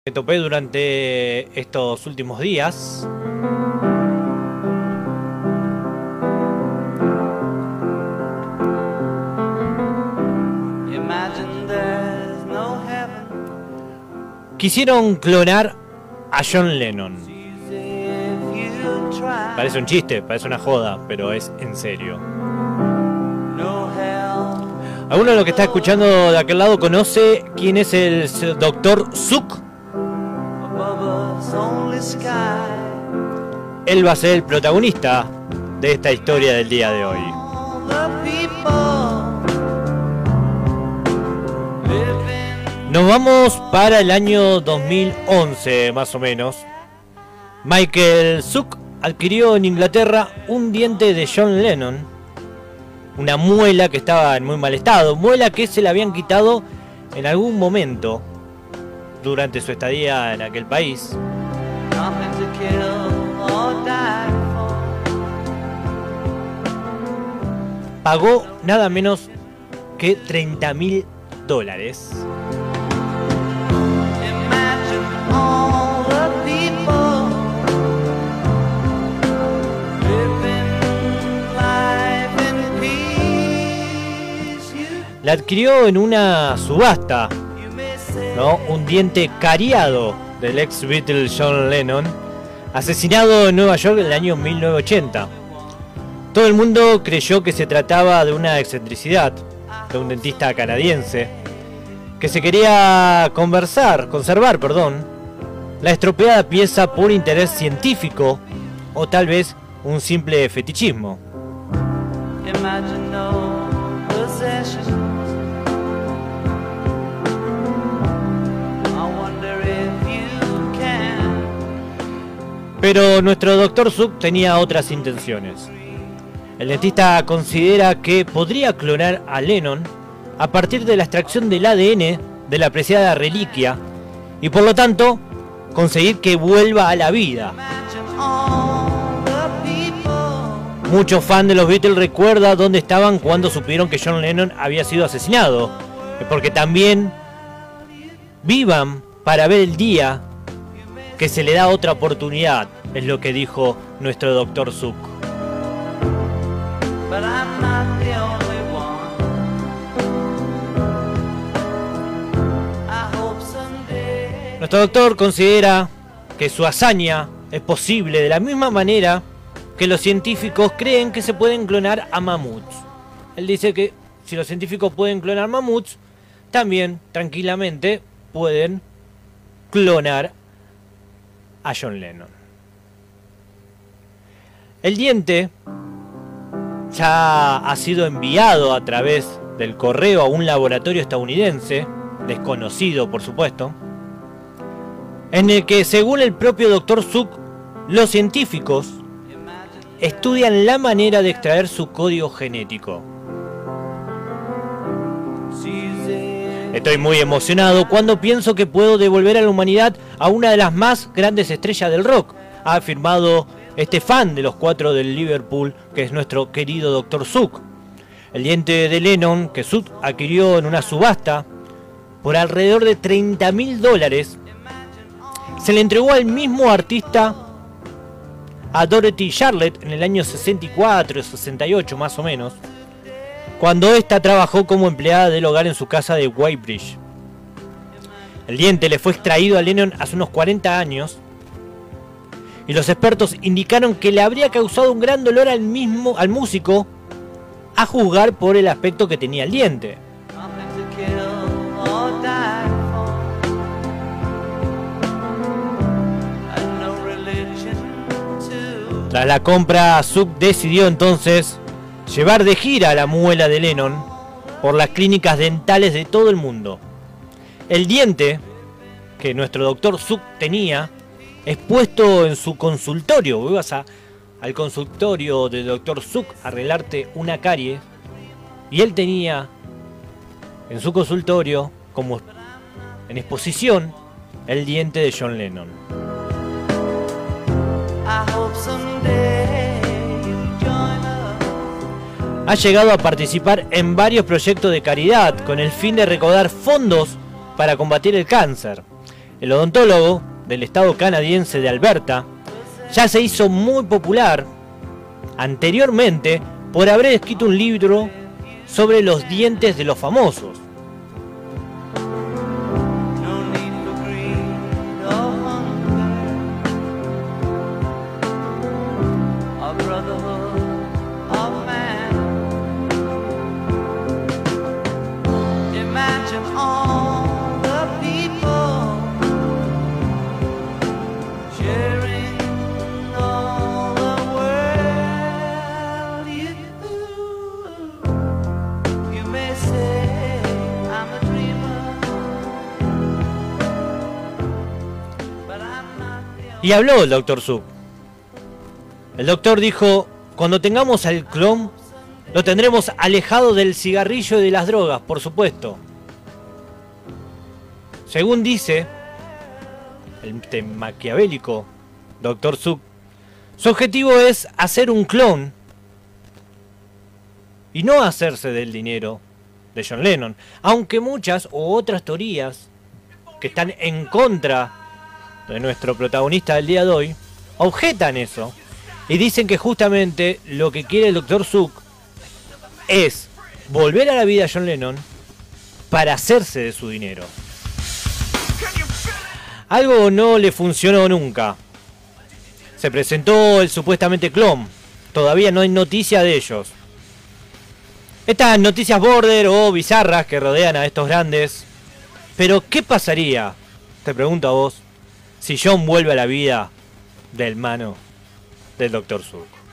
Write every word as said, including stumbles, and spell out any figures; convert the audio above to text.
Me topé durante estos últimos días. Quisieron clonar a John Lennon. Parece un chiste, parece una joda, pero es en serio. ¿Alguno de los que está escuchando de aquel lado conoce quién es el doctor Zook? Él va a ser el protagonista de esta historia del día de hoy. Nos vamos para el año dos mil once, más o menos. Michael Zook adquirió en Inglaterra un diente de John Lennon, una muela que estaba en muy mal estado, muela que se le habían quitado en algún momento durante su estadía en aquel país. Pagó nada menos que treinta mil dólares. La adquirió en una subasta, ¿no? Un diente cariado del ex Beatle John Lennon, asesinado en Nueva York en el año mil novecientos ochenta. Todo el mundo creyó que se trataba de una excentricidad de un dentista canadiense que se quería conversar, conservar, perdón, la estropeada pieza por interés científico o tal vez un simple fetichismo. Pero nuestro doctor Zook tenía otras intenciones. El dentista considera que podría clonar a Lennon a partir de la extracción del A D N de la preciada reliquia y por lo tanto conseguir que vuelva a la vida. Muchos fans de los Beatles recuerdan dónde estaban cuando supieron que John Lennon había sido asesinado, porque también vivan para ver el día que se le da otra oportunidad, es lo que dijo nuestro doctor Zook. Nuestro doctor considera que su hazaña es posible de la misma manera que los científicos creen que se pueden clonar a mamuts. Él dice que si los científicos pueden clonar mamuts, también tranquilamente pueden clonar a John Lennon. El diente ya ha sido enviado a través del correo a un laboratorio estadounidense, desconocido por supuesto, en el que, según el propio doctor Zook, los científicos estudian la manera de extraer su código genético. Estoy muy emocionado cuando pienso que puedo devolver a la humanidad a una de las más grandes estrellas del rock, ha afirmado este fan de los cuatro del Liverpool, que es nuestro querido doctor Zook. El diente de Lennon, que Zook adquirió en una subasta por alrededor de treinta mil dólares, se le entregó al mismo artista, a Dorothy Charlotte, en el año sesenta y cuatro, sesenta y ocho más o menos, cuando ésta trabajó como empleada del hogar en su casa de Weybridge. El diente le fue extraído a Lennon hace unos cuarenta años y los expertos indicaron que le habría causado un gran dolor al mismo al músico, a juzgar por el aspecto que tenía el diente. Tras la compra, Zook decidió entonces llevar de gira a la muela de Lennon por las clínicas dentales de todo el mundo. El diente que nuestro doctor Zook tenía expuesto en su consultorio. Vos ibas a, al consultorio del doctor Zook a arreglarte una carie y él tenía en su consultorio, como en exposición, el diente de John Lennon. Ha llegado a participar en varios proyectos de caridad con el fin de recaudar fondos para combatir el cáncer. el odontólogo del estado canadiense de Alberta, ya se hizo muy popular anteriormente por haber escrito un libro sobre los dientes de los famosos. Y habló el doctor Zook. El doctor dijo, cuando tengamos al clon, lo tendremos alejado del cigarrillo y de las drogas, por supuesto. Según dice el maquiavélico doctor Zook, su objetivo es hacer un clon y no hacerse del dinero de John Lennon. Aunque muchas u otras teorías que están en contra de nuestro protagonista del día de hoy objetan eso y dicen que justamente lo que quiere el doctor Zook es volver a la vida a John Lennon para hacerse de su dinero. Algo no le funcionó nunca. Se presentó el supuestamente clon. Todavía no hay noticia de ellos. Estas noticias border o bizarras que rodean a estos grandes. Pero ¿qué pasaría? Te pregunto a vos. Si John vuelve a la vida del mano del doctor Zook.